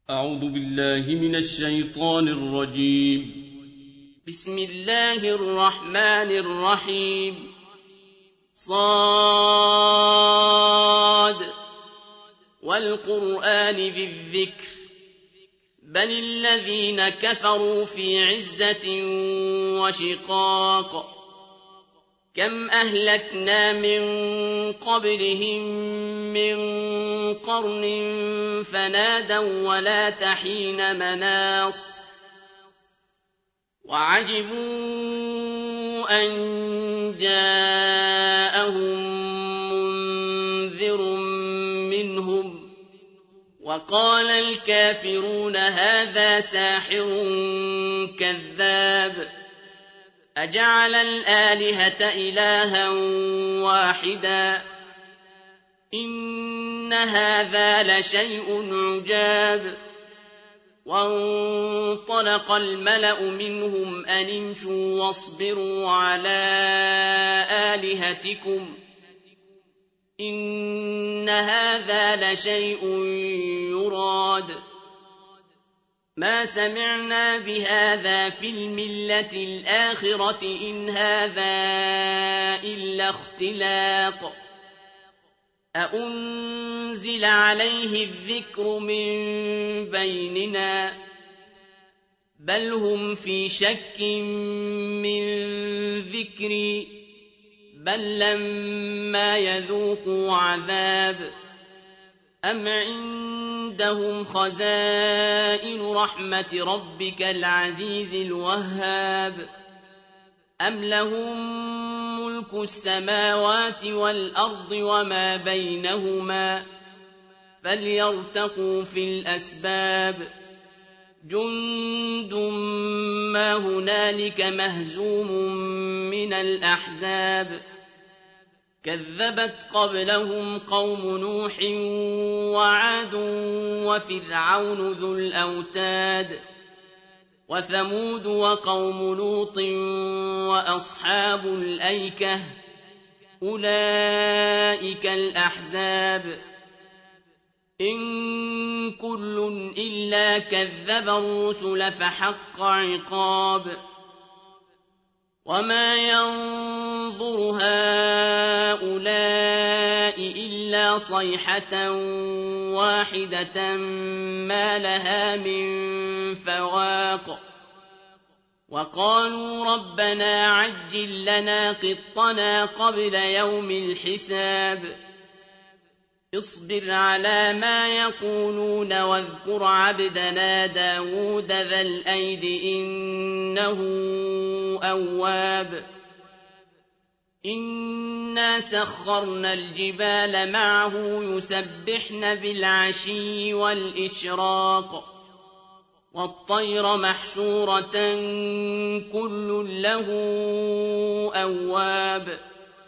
أعوذ بالله من الشيطان الرجيم. بسم الله الرحمن الرحيم. صاد والقرآن ذي الذكر بل الذين كفروا في عزة وشقاق كم أهلكنا من قبلهم من قرن فنادوا ولا تحين مناص وعجبوا أن جاءهم منذر منهم وقال الكافرون هذا ساحر كذاب أجعل الآلهة إلها واحدا إن هذا لشيء عجاب وانطلق الملأ منهم أن امشوا واصبروا على آلهتكم إن هذا لشيء يراد ما سمعنا بهذا في الملة الآخرة إن هذا إلا اختلاق أأنزل عليه الذكر من بيننا بل هم في شك من ذكري بل لما يذوقوا عذاب أم عندهم خزائن رحمة ربك العزيز الوهاب أم لهم ملك السماوات والأرض وما بينهما فليرتقوا في الأسباب جند ما هنالك مهزوم من الأحزاب كذبت قبلهم قوم نوح وعاد وفرعون ذو الأوتاد وثمود وقوم لوط وأصحاب الأيكة أولئك الأحزاب إن كل إلا كذب الرسل فحق عقاب وما ينظر هؤلاء إلا صيحة واحدة ما لها من فواق وقالوا ربنا عجل لنا قطنا قبل يوم الحساب اصبر على ما يقولون واذكر عبدنا داود ذا الأيد إنه أواب إنا سخرنا الجبال معه يسبحن بالعشي والإشراق والطير محشورة كل له أواب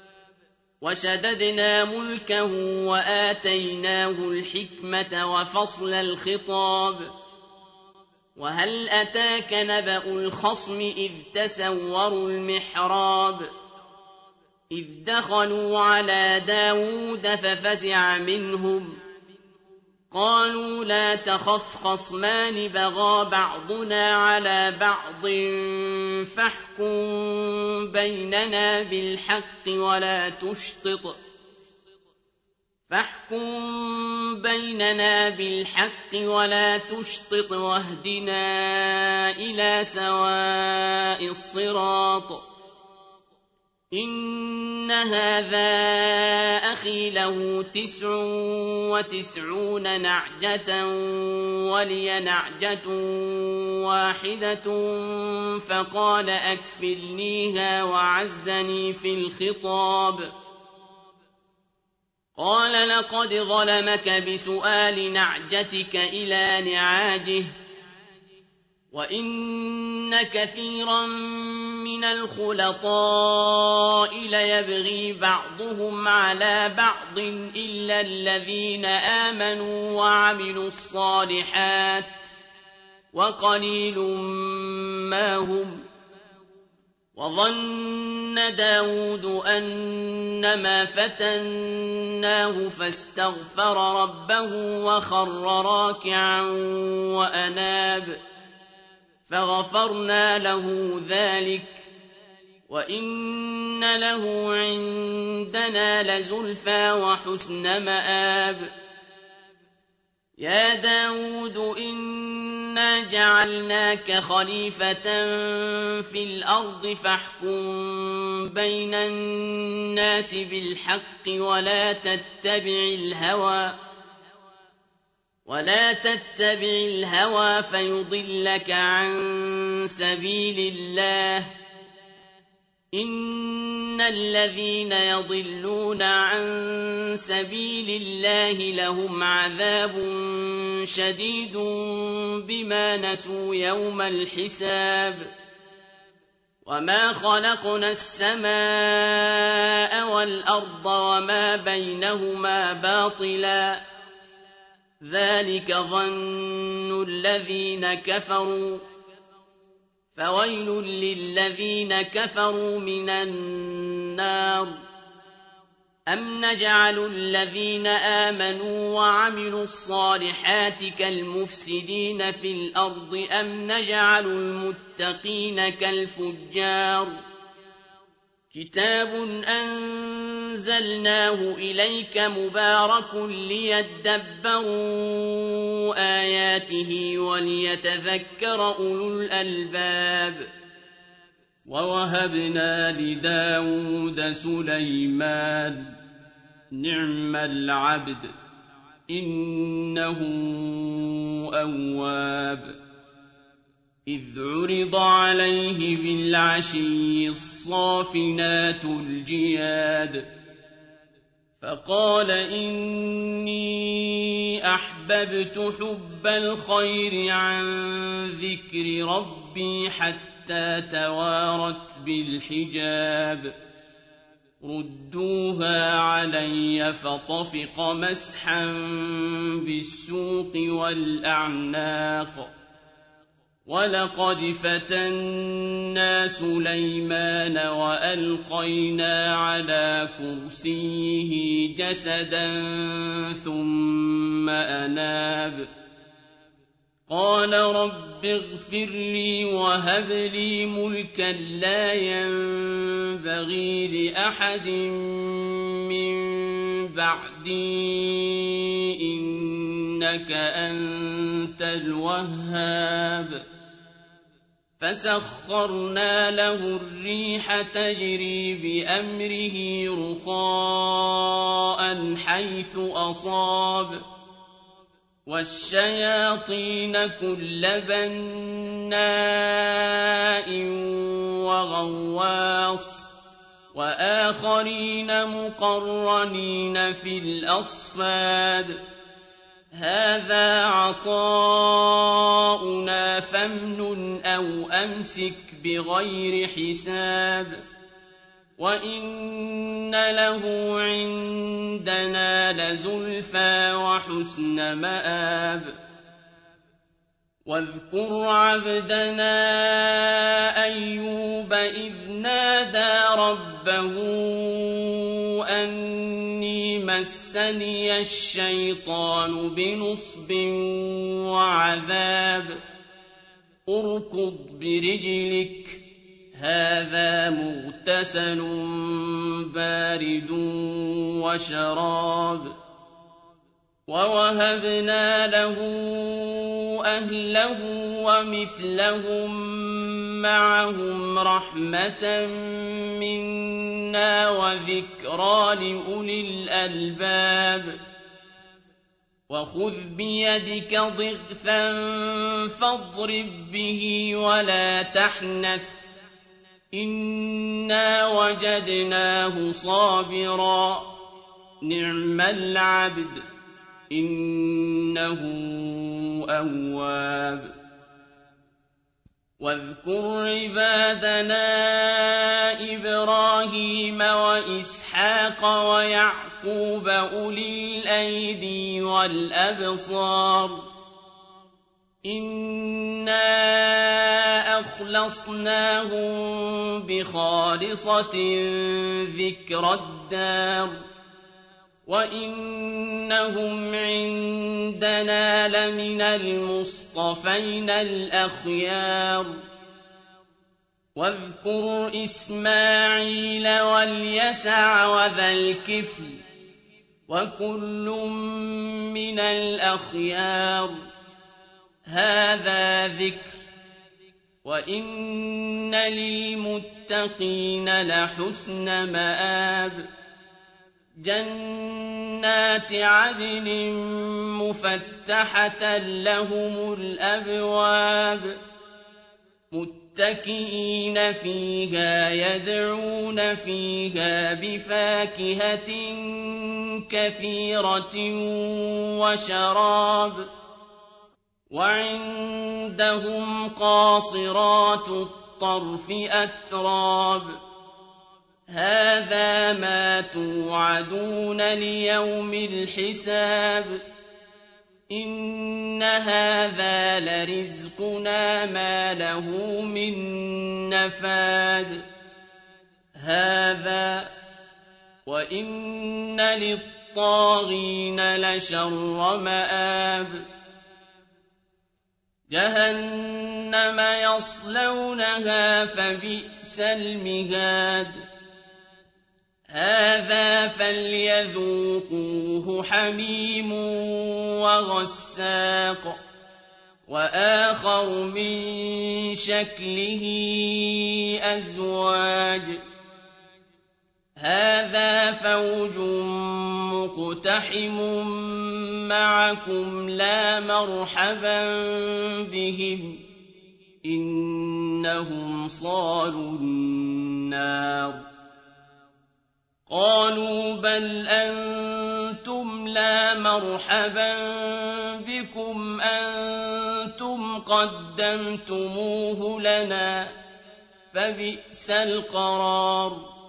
وشددنا ملكه وآتيناه الحكمة وفصل الخطاب وهل أتاك نبأ الخصم إذ تسوروا المحراب إذ دخلوا على داود ففزع منهم قالوا لا تخف خصمان بغى بعضنا على بعض فاحكم بيننا بالحق ولا تشطط واهدنا إلى سواء الصراط إن هذا أخي له 99 نعجة ولي نعجة واحدة فقال أكفلنيها وعزني في الخطاب قال لقد ظلمك بسؤال نعجتك إلى نعاجه وإن كثيرا من الخلطاء ليبغي بعضهم على بعض إلا الذين آمنوا وعملوا الصالحات وقليل ما هم وظن داود أنما فتناه فاستغفر ربه وخر راكعا وأناب فغفرنا له ذلك وإن له عندنا لزلفى وحسن مآب يا داود إنا جعلناك خليفة في الأرض فاحكم بين الناس بالحق ولا تتبع الهوى فيضلك عن سبيل الله إن الذين يضلون عن سبيل الله لهم عذاب شديد بما نسوا يوم الحساب وما خلقنا السماء والأرض وما بينهما باطلا ذلك ظن الذين كفروا فويل للذين كفروا من النار أم نجعل الذين آمنوا وعملوا الصالحات كالمفسدين في الأرض أم نجعل المتقين كالفجار كتاب أنزلناه إليك مبارك ليدبروا آياته وليتذكر أولو الألباب ووهبنا لداود سليمان نعم العبد إنه أواب إذ عرض عليه بالعشي الصافنات الجياد فقال إني أحببت حب الخير عن ذكر ربي حتى توارت بالحجاب ردوها علي فطفق مسحا بالسوق والأعناق ولقد فتنا سليمان وألقينا على كرسيه جسدا ثم أناب قال رب اغفر لي وهب لي ملكا لا ينبغي لأحد من بعدي إنك أنت الوهاب فسخرنا له الريح تجري بأمره رخاء حيث أصاب والشياطين كل بناء وغواص وآخرين مقرنين في الأصفاد هذا عطاؤنا فامنن أو أمسك بغير حساب وإن له عندنا لزلفى وحسن مآب واذكر عبدنا أيوب إذ نادى ربه أني مسني الشيطان بنصب وعذاب اركض برجلك هذا مغتسل بارد وشراب ووهبنا له أهله ومثلهم معهم رحمة منا وذكرى لأولي الألباب وخذ بيدك ضغثا فاضرب به ولا تحنث إنا وجدناه صابرا نعم العبد إنه أواب واذكر عبادنا إبراهيم وإسحاق ويعقوب أولي الأيدي والأبصار إنا أخلصناهم بخالصة ذكر الدار وإنهم عندنا لمن المصطفين الأخيار واذكر إسماعيل واليسع وذا الكفل وكل من الأخيار هذا ذكر وإن للمتقين لحسن مآب جنات عدن مفتحة لهم الأبواب متكئين فيها يدعون فيها بفاكهة كثيرة وشراب وعندهم قاصرات الطرف أتراب هذا ما توعدون ليوم الحساب إن هذا لرزقنا ما له من نفاد هذا وإن للطاغين لشر مآب جهنم يصلونها فبئس المهاد هذا فليذوقوه حميم وغساق وآخر من شكله أزواج هذا فوج مقتحم معكم لا مرحبا بهم إنهم صالوا النار قالوا بل أنتم لا مرحبا بكم أنتم قدمتموه لنا فبئس القرار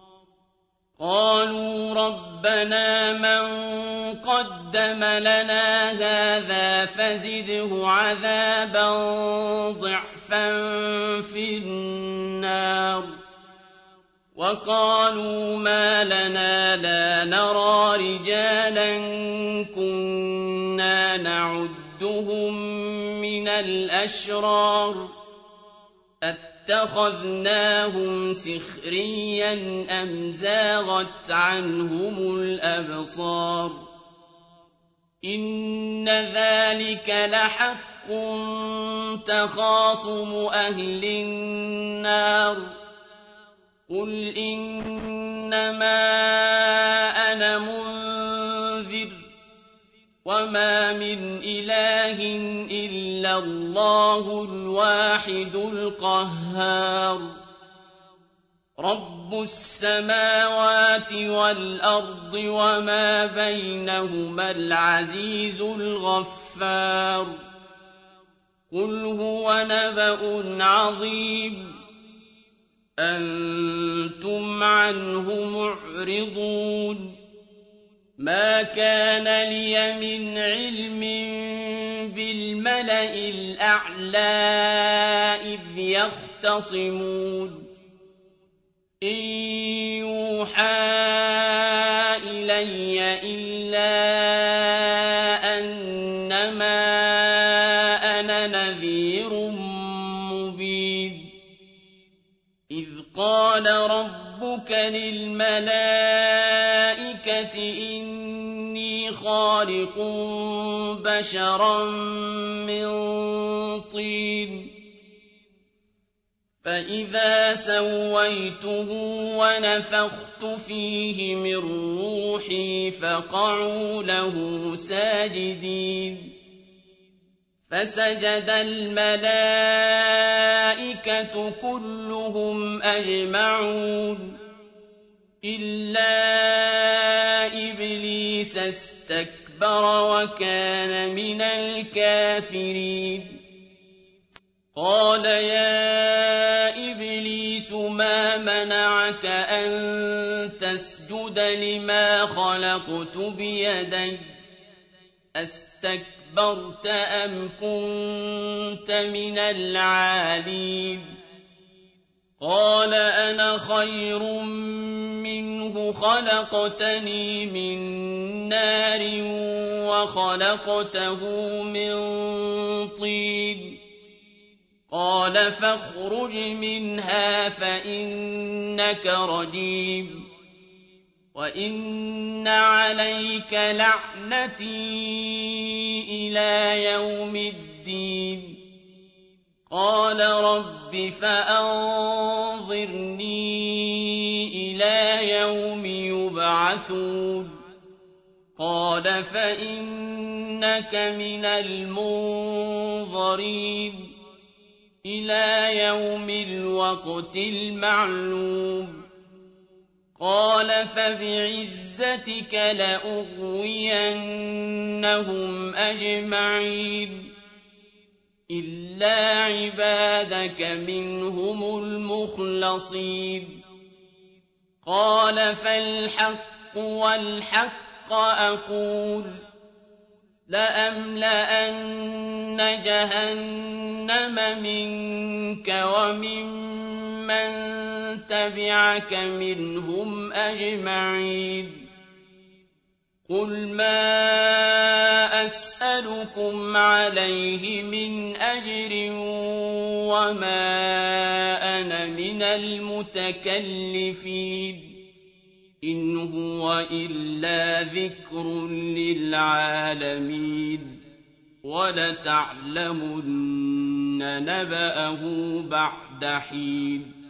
قالوا ربنا من قدم لنا هذا فزده عذابا ضعفا في النار وقالوا ما لنا لا نرى رجالا كنا نعدهم من الأشرار اتخذناهم سخريا أم زاغت عنهم الأبصار إن ذلك لحق تخاصم أهل النار قل إنما أنا منذر وما من إله إلا الله الواحد القهار رب السماوات والأرض وما بينهما العزيز الغفار قل هو نبأ عظيم أنتم عنه معرضون ما كان لي من علم بالملأ الأعلى إذ يختصمون إن يوحى إلي إلا أنما أنا نذير مبين إذ قال ربك للملائكة إني خالق بشرا من طين فإذا سويته ونفخت فيه من روحي فقعوا له ساجدين فسجد الملائكة كلهم أجمعون إلا إبليس استكبر وكان من الكافرين قال يا إبليس ما منعك أن تسجد لما خلقت بيدي أستكبرت اسْتَكْبَرْتَ أَمْ كُنتَ مِنَ الْعَالِينَ قَالَ أَنَا خَيْرٌ مِّنْهُ خَلَقْتَنِي مِن نَّارٍ وَخَلَقْتَهُ مِن طِينٍ قَالَ فَاخْرُجْ مِنْهَا فَإِنَّكَ رَجِيمٌ وَإِنَّ عَلَيْكَ لَعْنَتِي إِلَىٰ يَوْمِ الدِّينِ قَالَ رَبِّ فَأَنظِرْنِي إِلَىٰ يَوْمِ يُبْعَثُونَ قَالَ فَإِنَّكَ مِنَ الْمُنظَرِينَ إِلَىٰ يَوْمِ الْوَقْتِ الْمَعْلُومِ قَالَ فَبِعِزَّتِكَ لَأُغْوِيَنَّهُمْ أَجْمَعِينَ إِلَّا عِبَادَكَ مِنْهُمُ الْمُخْلَصِينَ قَالَ فَالْحَقُّ وَالْحَقَّ أَقُولُ لَأَمْلَأَنَّ جَهَنَّمَ مِنكَ وَمِمَّن تَبِعَكَ مِنْهُمْ أَجْمَعِينَ قُلْ مَا أَسْأَلُكُمْ عَلَيْهِ مِنْ أَجْرٍ وَمَا أَنَا مِنَ الْمُتَكَلِّفِينَ إِنْ هُوَ إِلَّا ذِكْرٌ لِّلْعَالَمِينَ وَلَتَعْلَمُنَّ نَبَأَهُ بَعْدَ حِينٍ